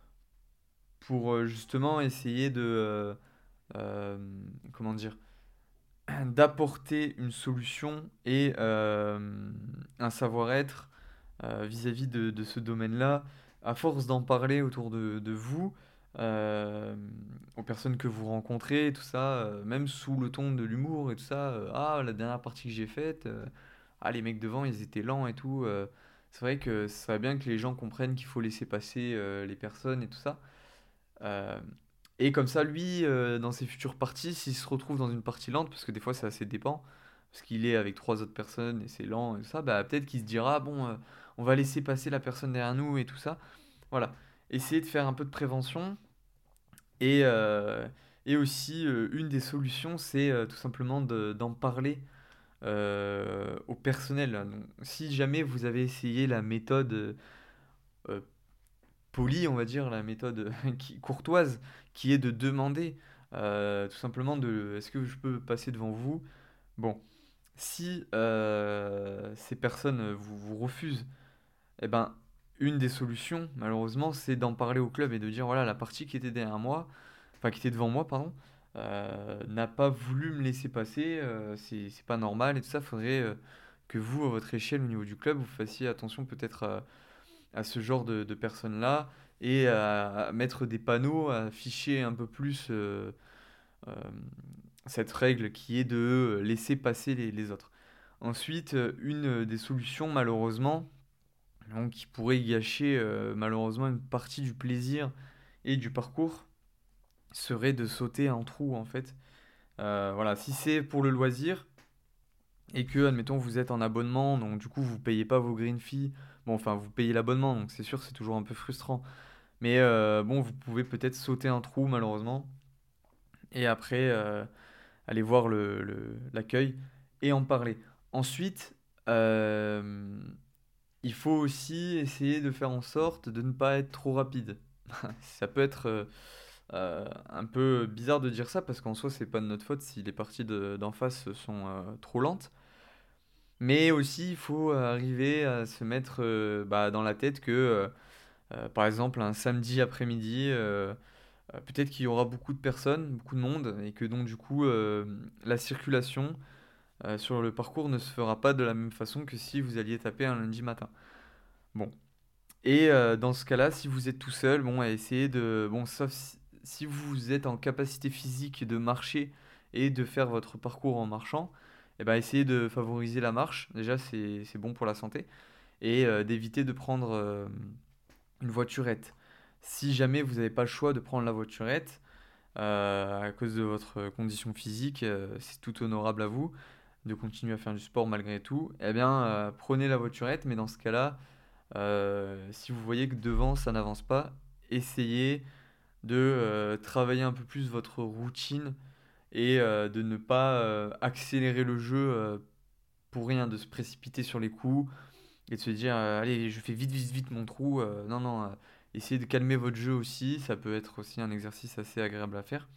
pour euh, justement essayer de, euh, euh, comment dire, d'apporter une solution et euh, un savoir-être euh, vis-à-vis de, de ce domaine-là. À force d'en parler autour de, de vous, euh, aux personnes que vous rencontrez, tout ça, euh, même sous le ton de l'humour et tout ça, euh, ah, la dernière partie que j'ai faite, euh, ah, les mecs devant, ils étaient lents et tout. Euh, c'est vrai que ce serait bien que les gens comprennent qu'il faut laisser passer euh, les personnes et tout ça. Euh, et comme ça, lui, euh, dans ses futures parties, s'il se retrouve dans une partie lente, parce que des fois c'est assez dépend, parce qu'il est avec trois autres personnes et c'est lent et tout ça, bah peut-être qu'il se dira, bon, euh, on va laisser passer la personne derrière nous et tout ça. Voilà. Essayer de faire un peu de prévention. Et, euh, et aussi, euh, une des solutions, c'est euh, tout simplement de- d'en parler euh, au personnel. Donc, si jamais vous avez essayé la méthode euh, polie, on va dire, la méthode qui, courtoise, qui est de demander euh, tout simplement de est-ce que je peux passer devant vous? Bon, si euh, ces personnes vous, vous refusent, eh ben, une des solutions, malheureusement, c'est d'en parler au club et de dire voilà, la partie qui était derrière moi, enfin qui était devant moi, pardon, euh, n'a pas voulu me laisser passer, euh, c'est c'est pas normal et tout ça. Faudrait euh, que vous, à votre échelle, au niveau du club, vous fassiez attention peut-être à, à ce genre de, de personnes-là et à, à mettre des panneaux, à afficher un peu plus euh, euh, cette règle qui est de laisser passer les, les autres. Ensuite, euh, une des solutions, malheureusement, donc, qui pourrait gâcher euh, malheureusement une partie du plaisir et du parcours, serait de sauter un trou en fait. Euh, voilà, si c'est pour le loisir et que, admettons, vous êtes en abonnement, donc du coup vous payez pas vos green fees, bon, enfin vous payez l'abonnement, donc c'est sûr c'est toujours un peu frustrant. Mais euh, bon, vous pouvez peut-être sauter un trou malheureusement et après euh, aller voir le, le- l'accueil et en parler. Ensuite, euh, il faut aussi essayer de faire en sorte de ne pas être trop rapide. Ça peut être euh, euh, un peu bizarre de dire ça parce qu'en soi, c'est pas de notre faute si les parties de- d'en face sont euh, trop lentes. Mais aussi, il faut arriver à se mettre euh, bah, dans la tête que, euh, euh, par exemple, un samedi après-midi, euh, euh, peut-être qu'il y aura beaucoup de personnes, beaucoup de monde, et que donc du coup, euh, la circulation euh, sur le parcours ne se fera pas de la même façon que si vous alliez taper un lundi matin. Bon. Et euh, dans ce cas-là, si vous êtes tout seul, bon, essayez de... Bon, sauf si, si vous êtes en capacité physique de marcher et de faire votre parcours en marchant, eh ben, essayez de favoriser la marche. Déjà, c'est c'est bon pour la santé. Et euh, d'éviter de prendre euh, une voiturette. Si jamais vous n'avez pas le choix de prendre la voiturette, euh, à cause de votre condition physique, euh, c'est tout honorable à vous de continuer à faire du sport malgré tout, eh bien, euh, prenez la voiturette, mais dans ce cas-là, euh, si vous voyez que devant ça n'avance pas, essayez de euh, travailler un peu plus votre routine et euh, de ne pas euh, accélérer le jeu euh, pour rien, de se précipiter sur les coups et de se dire euh, allez, je fais vite, vite, vite mon trou. Euh, non, non, euh, essayez de calmer votre jeu aussi, ça peut être aussi un exercice assez agréable à faire.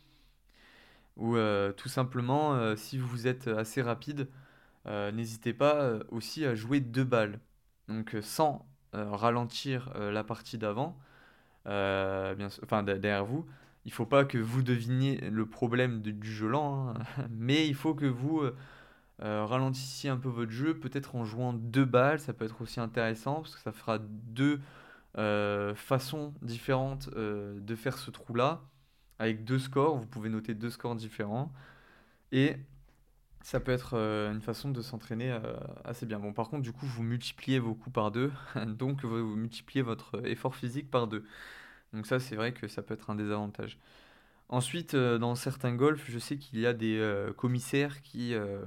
Ou euh, tout simplement, euh, si vous êtes assez rapide, euh, n'hésitez pas euh, aussi à jouer deux balles. Donc euh, sans euh, ralentir euh, la partie d'avant, euh, bien sûr- enfin de- derrière vous. Il faut pas que vous deviniez le problème de- du jeu lent, hein, mais il faut que vous euh, euh, ralentissiez un peu votre jeu, peut-être en jouant deux balles, ça peut être aussi intéressant parce que ça fera deux euh, façons différentes euh, de faire ce trou-là, avec deux scores, vous pouvez noter deux scores différents, et ça peut être euh, une façon de s'entraîner euh, assez bien. Bon, par contre, du coup, vous multipliez vos coups par deux, donc vous, vous multipliez votre effort physique par deux. Donc ça, c'est vrai que ça peut être un désavantage. Ensuite, euh, dans certains golfs, je sais qu'il y a des euh, commissaires qui, euh,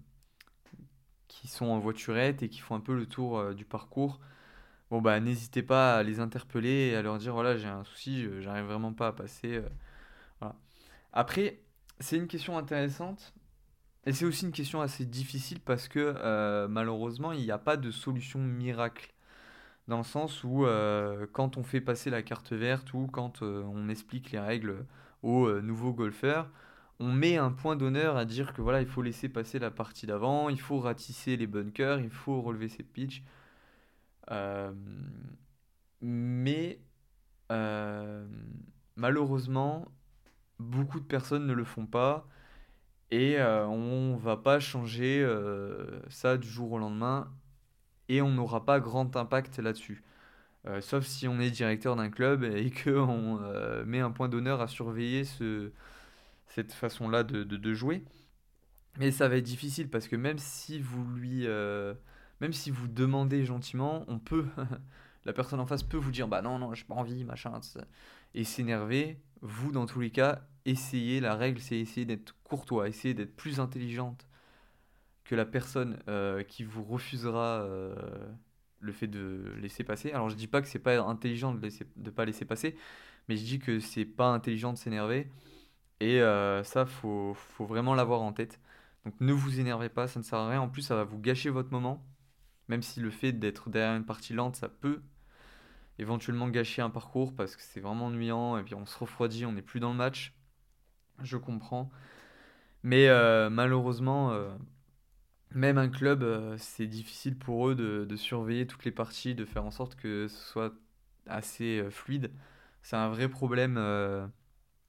qui sont en voiturette et qui font un peu le tour euh, du parcours. Bon, bah, n'hésitez pas à les interpeller et à leur dire, voilà, j'ai un souci, je- j'arrive vraiment pas à passer. euh, voilà. Après, c'est une question intéressante et c'est aussi une question assez difficile parce que euh, malheureusement, il n'y a pas de solution miracle. Dans le sens où euh, quand on fait passer la carte verte ou quand euh, on explique les règles aux euh, nouveaux golfeurs, on met un point d'honneur à dire que voilà, il faut laisser passer la partie d'avant, il faut ratisser les bunkers, il faut relever ses pitchs. Euh, mais euh, malheureusement, beaucoup de personnes ne le font pas et euh, on va pas changer euh, ça du jour au lendemain et on n'aura pas grand impact là-dessus. Euh, sauf si on est directeur d'un club et qu'on euh, met un point d'honneur à surveiller ce, cette façon-là de, de- de jouer. Mais ça va être difficile parce que même si vous lui, euh, même si vous demandez gentiment, on peut, la personne en face peut vous dire bah non non j'ai pas envie machin tout ça, et s'énerver. Vous dans tous les cas, essayez. La règle c'est essayer d'être courtois, essayer d'être plus intelligente que la personne euh, qui vous refusera euh, le fait de laisser passer. Alors je dis pas que c'est pas intelligent de laisser, de pas laisser passer, mais je dis que c'est pas intelligent de s'énerver et euh, ça faut, faut vraiment l'avoir en tête. Donc ne vous énervez pas, ça ne sert à rien. En plus ça va vous gâcher votre moment, même si le fait d'être derrière une partie lente, ça peut éventuellement gâcher un parcours parce que c'est vraiment ennuyant et puis on se refroidit, on n'est plus dans le match. Je comprends, mais euh, malheureusement. euh, Même un club, euh, c'est difficile pour eux de, de surveiller toutes les parties, de faire en sorte que ce soit assez euh, fluide. C'est un vrai problème euh,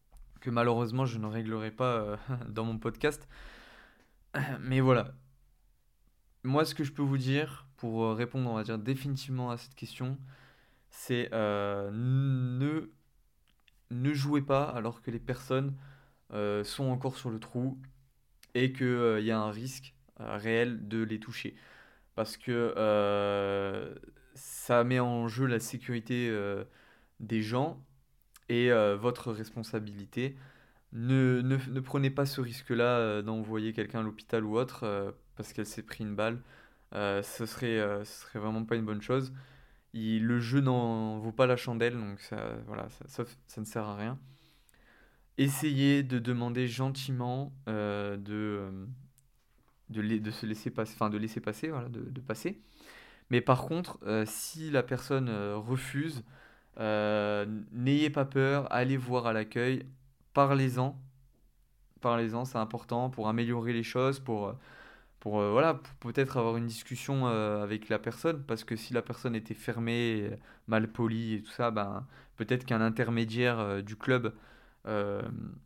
que malheureusement je ne réglerai pas euh, dans mon podcast. Mais voilà, moi ce que je peux vous dire pour euh, répondre, on va dire définitivement à cette question, c'est euh, ne, ne jouez pas alors que les personnes euh, sont encore sur le trou et qu'il y a un risque euh, réel de les toucher. Parce que euh, ça met en jeu la sécurité euh, des gens et euh, votre responsabilité. Ne, ne, ne prenez pas ce risque-là euh, d'envoyer quelqu'un à l'hôpital ou autre euh, parce qu'elle s'est pris une balle. Euh, ce serait, euh, ce serait vraiment pas une bonne chose. Il- le jeu n'en vaut pas la chandelle, donc ça, voilà, ça, ça, ça ne sert à rien. Essayez de demander gentiment euh, de, euh, de, lai- de se laisser passer, enfin de laisser passer, voilà, de, de passer. Mais par contre, euh, si la personne euh, refuse, euh, n'ayez pas peur, allez voir à l'accueil, parlez-en, parlez-en, c'est important pour améliorer les choses, pour, euh, pour, euh, voilà, pour peut-être avoir une discussion euh, avec la personne, parce que si la personne était fermée, euh, mal polie et tout ça, ben, peut-être qu'un intermédiaire euh, du club euh,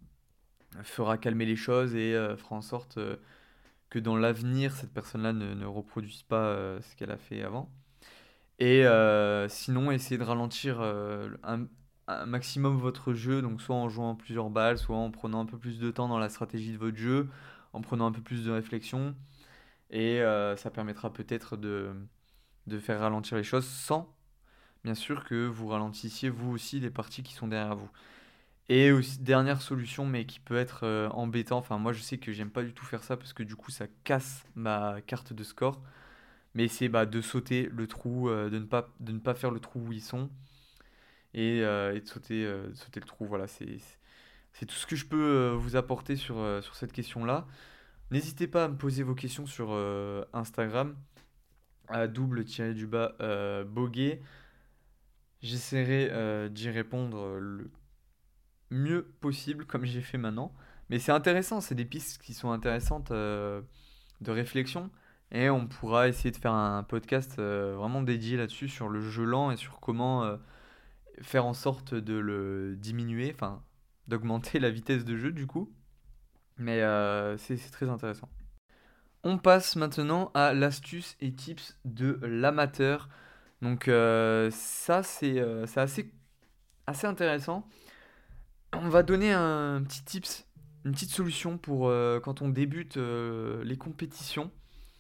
fera calmer les choses et euh, fera en sorte euh, que dans l'avenir, cette personne-là ne, ne reproduise pas euh, ce qu'elle a fait avant. Et euh, sinon, essayez de ralentir euh, un, un maximum votre jeu, donc soit en jouant plusieurs balles, soit en prenant un peu plus de temps dans la stratégie de votre jeu, en prenant un peu plus de réflexion. Et euh, ça permettra peut-être de, de faire ralentir les choses sans, bien sûr, que vous ralentissiez vous aussi les parties qui sont derrière vous. Et aussi, dernière solution, mais qui peut être euh, embêtant, enfin moi je sais que j'aime pas du tout faire ça parce que du coup ça casse ma carte de score, mais c'est bah, de sauter le trou, euh, de, ne pas, de ne pas faire le trou où ils sont et, euh, et de sauter, euh, de sauter le trou. Voilà, c'est c'est tout ce que je peux euh, vous apporter sur, euh, sur cette question-là. N'hésitez pas à me poser vos questions sur euh, Instagram, à double-du-bas euh, boguet. J'essaierai euh, d'y répondre le mieux possible, comme j'ai fait maintenant. Mais c'est intéressant, c'est des pistes qui sont intéressantes euh, de réflexion. Et on pourra essayer de faire un podcast euh, vraiment dédié là-dessus, sur le jeu lent et sur comment euh, faire en sorte de le diminuer, enfin d'augmenter la vitesse de jeu du coup. Mais euh, c'est c'est très intéressant. On passe maintenant à l'astuce et tips de l'amateur. Donc euh, ça c'est euh, c'est assez, assez intéressant. On va donner un petit tips, une petite solution pour euh, quand on débute euh, les compétitions.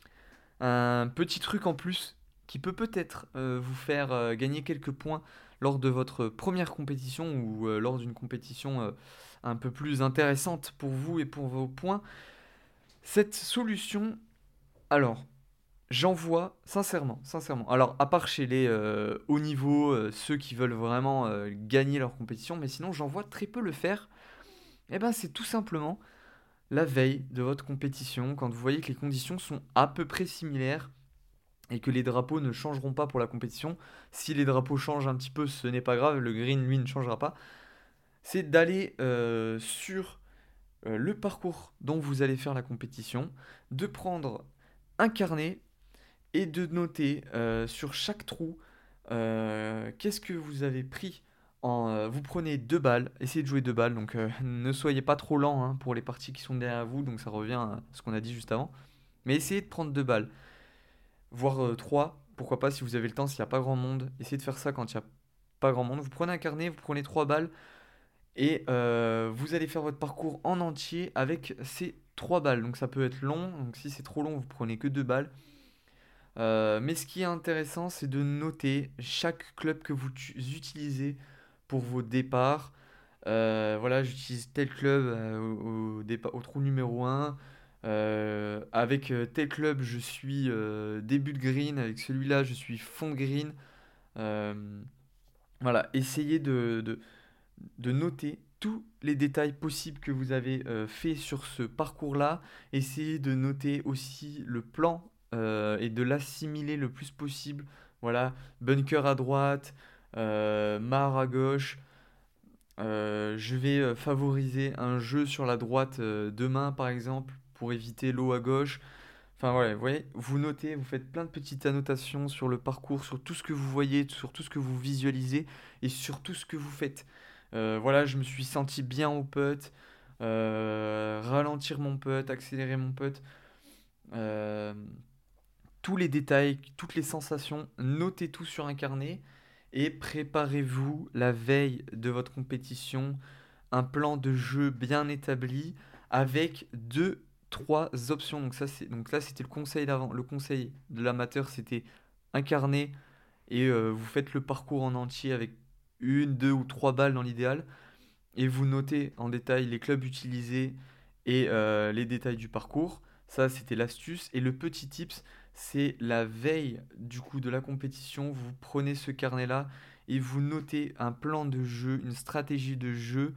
Un petit truc en plus qui peut peut-être euh, vous faire euh, gagner quelques points lors de votre première compétition ou euh, lors d'une compétition euh, un peu plus intéressante pour vous et pour vos points. Cette solution, alors, j'en vois sincèrement, sincèrement. Alors, à part chez les euh, hauts niveaux, euh, ceux qui veulent vraiment euh, gagner leur compétition, mais sinon j'en vois très peu le faire. Eh ben, c'est tout simplement la veille de votre compétition, quand vous voyez que les conditions sont à peu près similaires et que les drapeaux ne changeront pas pour la compétition. Si les drapeaux changent un petit peu, ce n'est pas grave, le green, lui, ne changera pas. C'est d'aller euh, sur euh, le parcours dont vous allez faire la compétition, de prendre un carnet et de noter euh, sur chaque trou euh, qu'est-ce que vous avez pris. En, euh, vous prenez deux balles, essayez de jouer deux balles, donc euh, ne soyez pas trop lent hein, pour les parties qui sont derrière vous, donc ça revient à ce qu'on a dit juste avant. Mais essayez de prendre deux balles, voire euh, trois, pourquoi pas si vous avez le temps, s'il n'y a pas grand monde. Essayez de faire ça quand il n'y a pas grand monde. Vous prenez un carnet, vous prenez trois balles, et euh, vous allez faire votre parcours en entier avec ces trois balles. Donc ça peut être long, donc si c'est trop long, vous prenez que deux balles. Euh, mais ce qui est intéressant, c'est de noter chaque club que vous tu- utilisez pour vos départs. Euh, voilà, j'utilise tel club euh, au, au dépa- au trou numéro un. Euh, avec euh, tel club, je suis euh, début de green. Avec celui-là, je suis fond de green. Euh, voilà, essayez de, de- de noter tous les détails possibles que vous avez euh, fait sur ce parcours-là. Essayez de noter aussi le plan euh, et de l'assimiler le plus possible. Voilà, bunker à droite, euh, mare à gauche. Euh, je vais euh, favoriser un jeu sur la droite euh, demain, par exemple, pour éviter l'eau à gauche. Enfin voilà, vous voyez, vous notez, vous faites plein de petites annotations sur le parcours, sur tout ce que vous voyez, sur tout ce que vous visualisez et sur tout ce que vous faites. Euh, voilà, je me suis senti bien au putt, euh, ralentir mon putt, accélérer mon putt. Euh, Tous les détails, toutes les sensations, notez tout sur un carnet et préparez-vous la veille de votre compétition, un plan de jeu bien établi avec deux, trois options. Donc ça, c'est, donc là, c'était le conseil d'avant. Le conseil de l'amateur, c'était un carnet et euh, vous faites le parcours en entier avec une, deux ou trois balles dans l'idéal et vous notez en détail les clubs utilisés et euh, les détails du parcours. Ça, c'était l'astuce. Et le petit tips, c'est la veille du coup de la compétition. Vous prenez ce carnet-là et vous notez un plan de jeu, une stratégie de jeu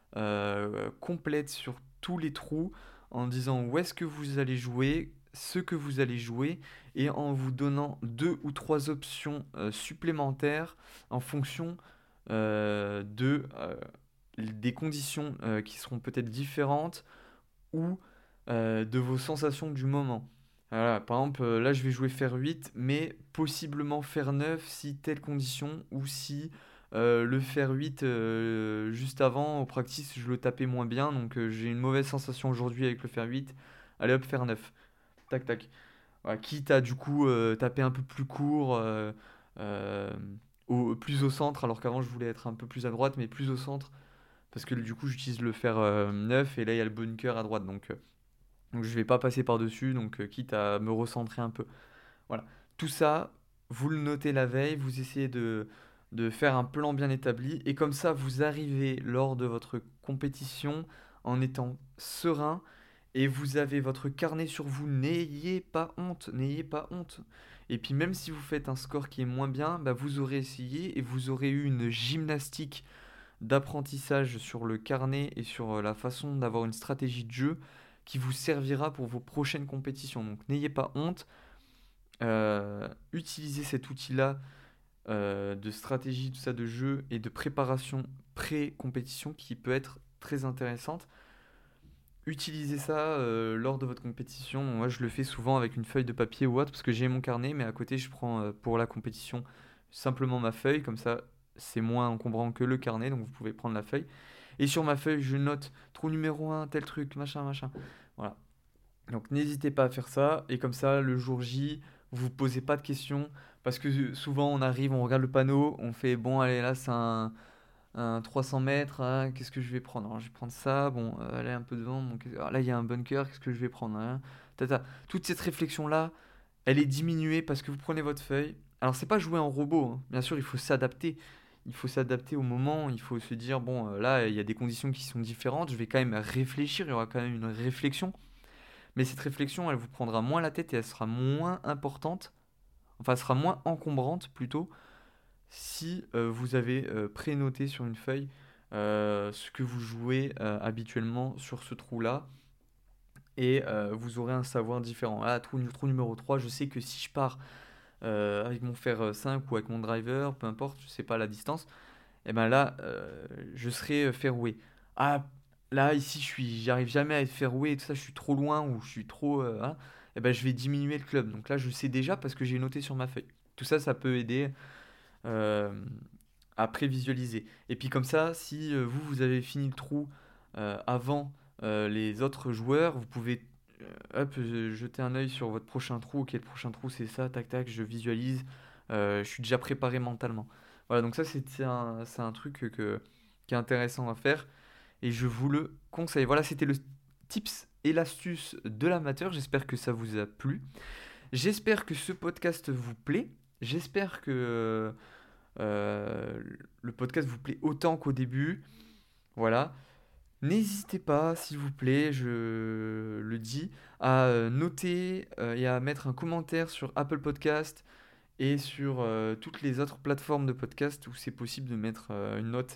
euh, complète sur tous les trous en disant où est-ce que vous allez jouer, ce que vous allez jouer et en vous donnant deux ou trois options euh, supplémentaires en fonction euh, de, euh, des conditions euh, qui seront peut-être différentes ou euh, de vos sensations du moment. Voilà, par exemple, euh, là je vais jouer fer huit, mais possiblement fer neuf si telle condition, ou si euh, le fer huit euh, juste avant, au practice, je le tapais moins bien, donc euh, j'ai une mauvaise sensation aujourd'hui avec le fer huit. Allez hop, fer neuf. Tac tac. Voilà, quitte à du coup euh, taper un peu plus court, euh, euh, au, plus au centre, alors qu'avant je voulais être un peu plus à droite, mais plus au centre, parce que du coup j'utilise le fer euh, neuf et là il y a le bunker à droite, donc, euh, donc je vais pas passer par-dessus, donc euh, quitte à me recentrer un peu. Voilà. Tout ça, vous le notez la veille, vous essayez de, de faire un plan bien établi, et comme ça, vous arrivez lors de votre compétition en étant serein, et vous avez votre carnet sur vous. N'ayez pas honte, n'ayez pas honte. Et puis même si vous faites un score qui est moins bien, bah, vous aurez essayé et vous aurez eu une gymnastique d'apprentissage sur le carnet et sur euh, la façon d'avoir une stratégie de jeu qui vous servira pour vos prochaines compétitions. Donc n'ayez pas honte. Euh, utilisez cet outil-là euh, de stratégie, tout ça, de jeu et de préparation pré-compétition qui peut être très intéressante. Utilisez ça euh, lors de votre compétition. Moi, je le fais souvent avec une feuille de papier ou autre parce que j'ai mon carnet, mais à côté, je prends euh, pour la compétition simplement ma feuille. Comme ça, c'est moins encombrant que le carnet, donc vous pouvez prendre la feuille. Et sur ma feuille, je note trou numéro un, tel truc, machin, machin. Voilà. Donc n'hésitez pas à faire ça. Et comme ça, le jour J, vous vous posez pas de questions. Parce que souvent, on arrive, on regarde le panneau, on fait bon, allez, là, c'est un, un trois cents mètres. Hein, qu'est-ce que je vais prendre? Alors, je vais prendre ça. Bon, euh, là, un peu devant. Donc, alors là, il y a un bunker. Qu'est-ce que je vais prendre? Hein. Tata. Toute cette réflexion-là, elle est diminuée parce que vous prenez votre feuille. Alors, c'est pas jouer en robot. Hein. Bien sûr, il faut s'adapter. Il faut s'adapter au moment. Il faut se dire, bon, euh, là, il y a des conditions qui sont différentes. Je vais quand même réfléchir. Il y aura quand même une réflexion. Mais cette réflexion, elle vous prendra moins la tête et elle sera moins importante, enfin, elle sera moins encombrante plutôt, si euh, vous avez euh, prénoté sur une feuille euh, ce que vous jouez euh, habituellement sur ce trou-là. Et euh, vous aurez un savoir différent. Ah, trou, trou numéro trois, je sais que si je pars euh, avec mon fer cinq ou avec mon driver, peu importe, je sais pas la distance, et ben là, euh, je serai euh, fairway. Ah, là, ici, je suis, j'arrive jamais à être fairway et tout ça, je suis trop loin ou je suis trop. Euh, hein, et ben je vais diminuer le club. Donc là, je sais déjà parce que j'ai noté sur ma feuille. Tout ça, ça peut aider euh, à prévisualiser. Et puis comme ça, si euh, vous, vous avez fini le trou euh, avant euh, les autres joueurs, vous pouvez euh, hop, je- jeter un œil sur votre prochain trou. Ok, le prochain trou, c'est ça, tac, tac, je visualise. Euh, je suis déjà préparé mentalement. Voilà, donc ça, c'est c'est un, c'est un truc que, qui est intéressant à faire et je vous le conseille. Voilà, c'était le tips et l'astuce de l'amateur. J'espère que ça vous a plu. J'espère que ce podcast vous plaît. J'espère que euh, le podcast vous plaît autant qu'au début. Voilà. N'hésitez pas, s'il vous plaît, je le dis, à euh, noter euh, et à mettre un commentaire sur Apple Podcast et sur euh, toutes les autres plateformes de podcast où c'est possible de mettre euh, une note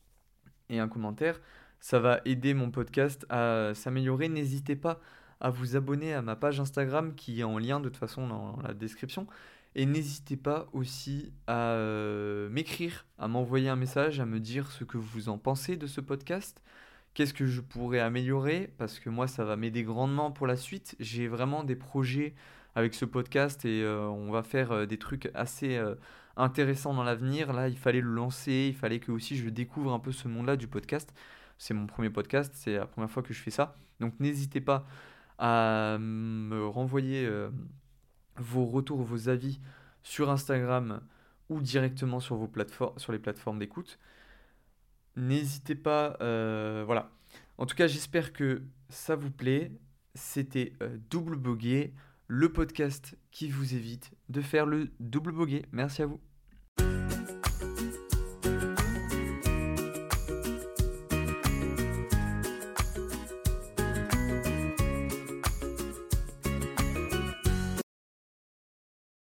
et un commentaire. Ça va aider mon podcast à s'améliorer. N'hésitez pas à vous abonner à ma page Instagram qui est en lien de toute façon dans la description. Et n'hésitez pas aussi à euh, m'écrire, à m'envoyer un message, à me dire ce que vous en pensez de ce podcast. Qu'est-ce que je pourrais améliorer? Parce que moi, ça va m'aider grandement pour la suite. J'ai vraiment des projets avec ce podcast et euh, on va faire euh, des trucs assez euh, intéressant dans l'avenir. Là, il fallait le lancer, il fallait que aussi je découvre un peu ce monde-là du podcast. C'est mon premier podcast, c'est la première fois que je fais ça. Donc n'hésitez pas à me renvoyer euh, vos retours, vos avis sur Instagram ou directement sur, vos plateformes, sur les plateformes d'écoute. N'hésitez pas, euh, voilà. En tout cas, j'espère que ça vous plaît. C'était euh, Double Boguet, le podcast qui vous évite de faire le double boguet. Merci à vous.